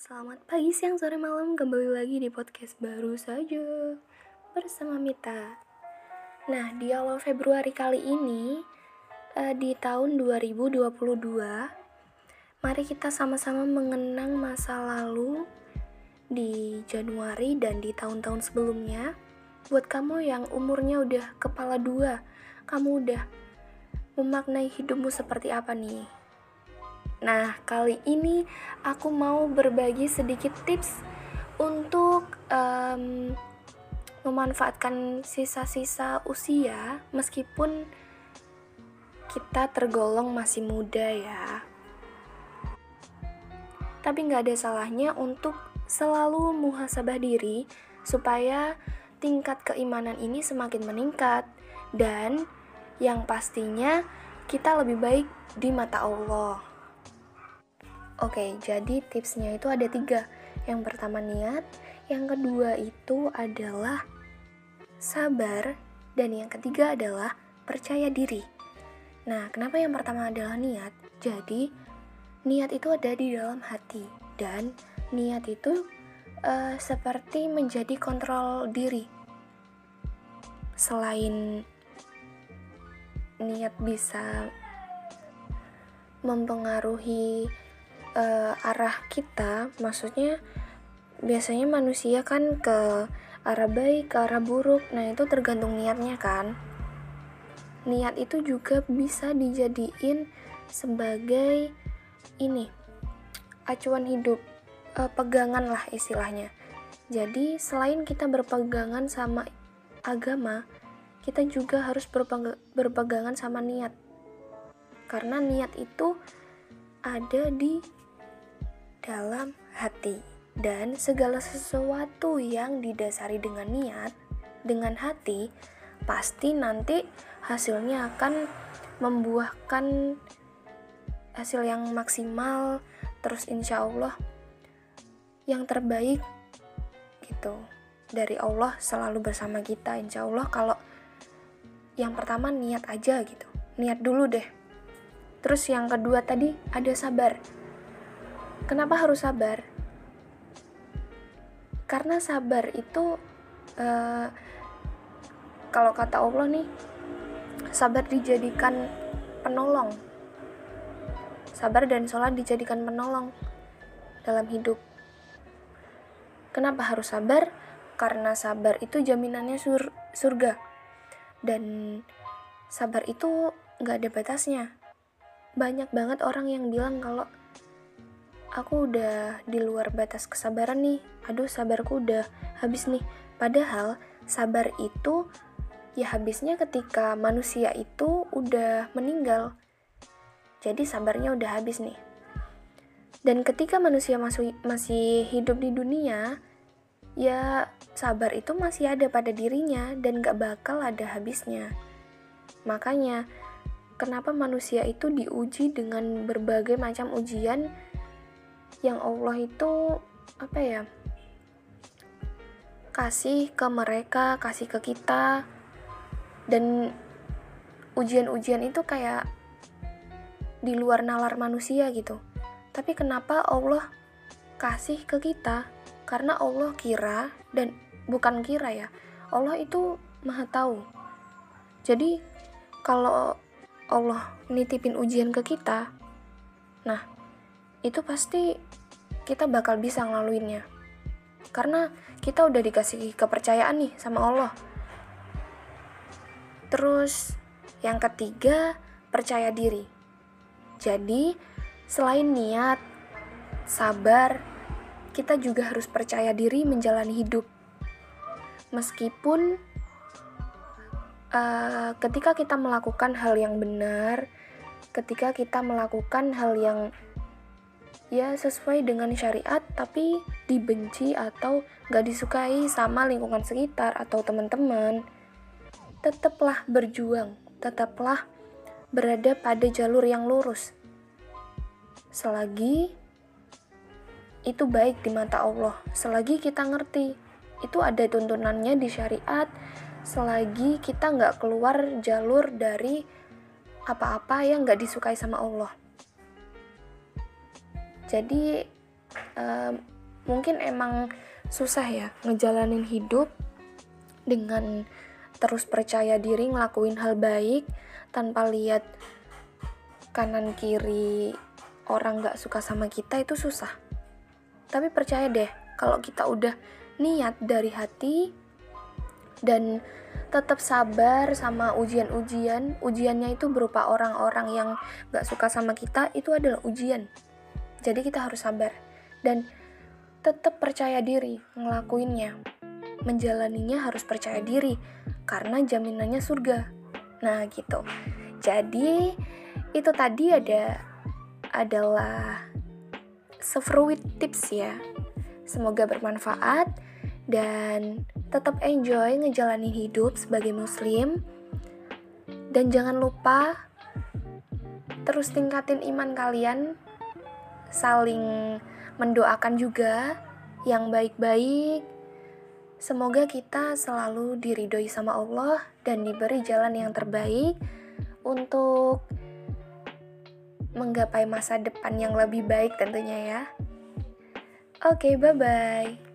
Selamat pagi, siang, sore, malam. Kembali lagi di podcast baru saja bersama Mita. Nah, di awal Februari kali ini, di tahun 2022, mari kita sama-sama mengenang masa lalu di Januari dan di tahun-tahun sebelumnya. Buat kamu yang umurnya udah kepala dua, kamu udah memaknai hidupmu seperti apa nih? Nah, kali ini aku mau berbagi sedikit tips untuk memanfaatkan sisa-sisa usia meskipun kita tergolong masih muda ya. Tapi gak ada salahnya untuk selalu muhasabah diri supaya tingkat keimanan ini semakin meningkat dan yang pastinya kita lebih baik di mata Allah. Oke, jadi tipsnya itu ada 3. Yang pertama niat, yang kedua itu adalah sabar, dan yang ketiga adalah percaya diri. Nah, kenapa yang pertama adalah niat? Jadi, niat itu ada di dalam hati, dan niat itu seperti menjadi kontrol diri. Selain niat bisa mempengaruhi arah kita, maksudnya biasanya manusia kan ke arah baik, ke arah buruk. Nah, itu tergantung niatnya kan. Niat itu juga bisa dijadiin sebagai acuan hidup, pegangan lah istilahnya. Jadi selain kita berpegangan sama agama, kita juga harus berpegangan sama niat. Karena niat itu ada di dalam hati, dan segala sesuatu yang didasari dengan niat, dengan hati, pasti nanti hasilnya akan membuahkan hasil yang maksimal, terus insya Allah yang terbaik gitu. Dari Allah selalu bersama kita, insya Allah. Kalau yang pertama niat aja gitu, niat dulu deh. Terus yang kedua tadi ada sabar. Kenapa harus sabar? Karena sabar itu kalau kata Allah nih, sabar dijadikan penolong. Sabar dan sholat dijadikan penolong dalam hidup. Kenapa harus sabar? Karena sabar itu jaminannya surga. Dan sabar itu gak ada batasnya. Banyak banget orang yang bilang kalau aku udah di luar batas kesabaran nih, aduh sabarku udah habis nih. Padahal sabar itu ya habisnya ketika manusia itu udah meninggal. Jadi sabarnya udah habis nih. Dan ketika manusia masih hidup di dunia, ya sabar itu masih ada pada dirinya dan gak bakal ada habisnya. Makanya kenapa manusia itu diuji dengan berbagai macam ujian yang Allah itu kasih ke mereka, kasih ke kita. Dan ujian-ujian itu kayak di luar nalar manusia gitu. Tapi kenapa Allah kasih ke kita? Karena Allah Allah itu maha tahu. Jadi kalau Allah nitipin ujian ke kita, nah itu pasti kita bakal bisa ngelaluinnya. Karena kita udah dikasih kepercayaan nih sama Allah. Terus yang ketiga, percaya diri. Jadi selain niat, sabar, kita juga harus percaya diri menjalani hidup. Meskipun ketika kita melakukan hal yang benar, ketika kita melakukan hal yang ya sesuai dengan syariat tapi dibenci atau gak disukai sama lingkungan sekitar atau teman-teman, tetaplah berjuang, tetaplah berada pada jalur yang lurus. Selagi itu baik di mata Allah, selagi kita ngerti itu ada tuntunannya di syariat, selagi kita gak keluar jalur dari apa-apa yang gak disukai sama Allah. Jadi Mungkin emang susah ya ngejalanin hidup dengan terus percaya diri ngelakuin hal baik tanpa lihat kanan kiri orang gak suka sama kita, itu susah. Tapi percaya deh, kalau kita udah niat dari hati dan tetap sabar sama ujiannya itu berupa orang-orang yang gak suka sama kita, itu adalah ujian. Jadi kita harus sabar dan tetap percaya diri ngelakuinnya. Menjalaninya harus percaya diri karena jaminannya surga. Nah gitu. Jadi itu tadi adalah severuit tips ya. Semoga bermanfaat dan tetap enjoy ngejalanin hidup sebagai muslim. Dan jangan lupa terus tingkatin iman kalian, saling mendoakan juga yang baik-baik. Semoga kita selalu diridhoi sama Allah dan diberi jalan yang terbaik untuk menggapai masa depan yang lebih baik tentunya ya. Oke, bye-bye.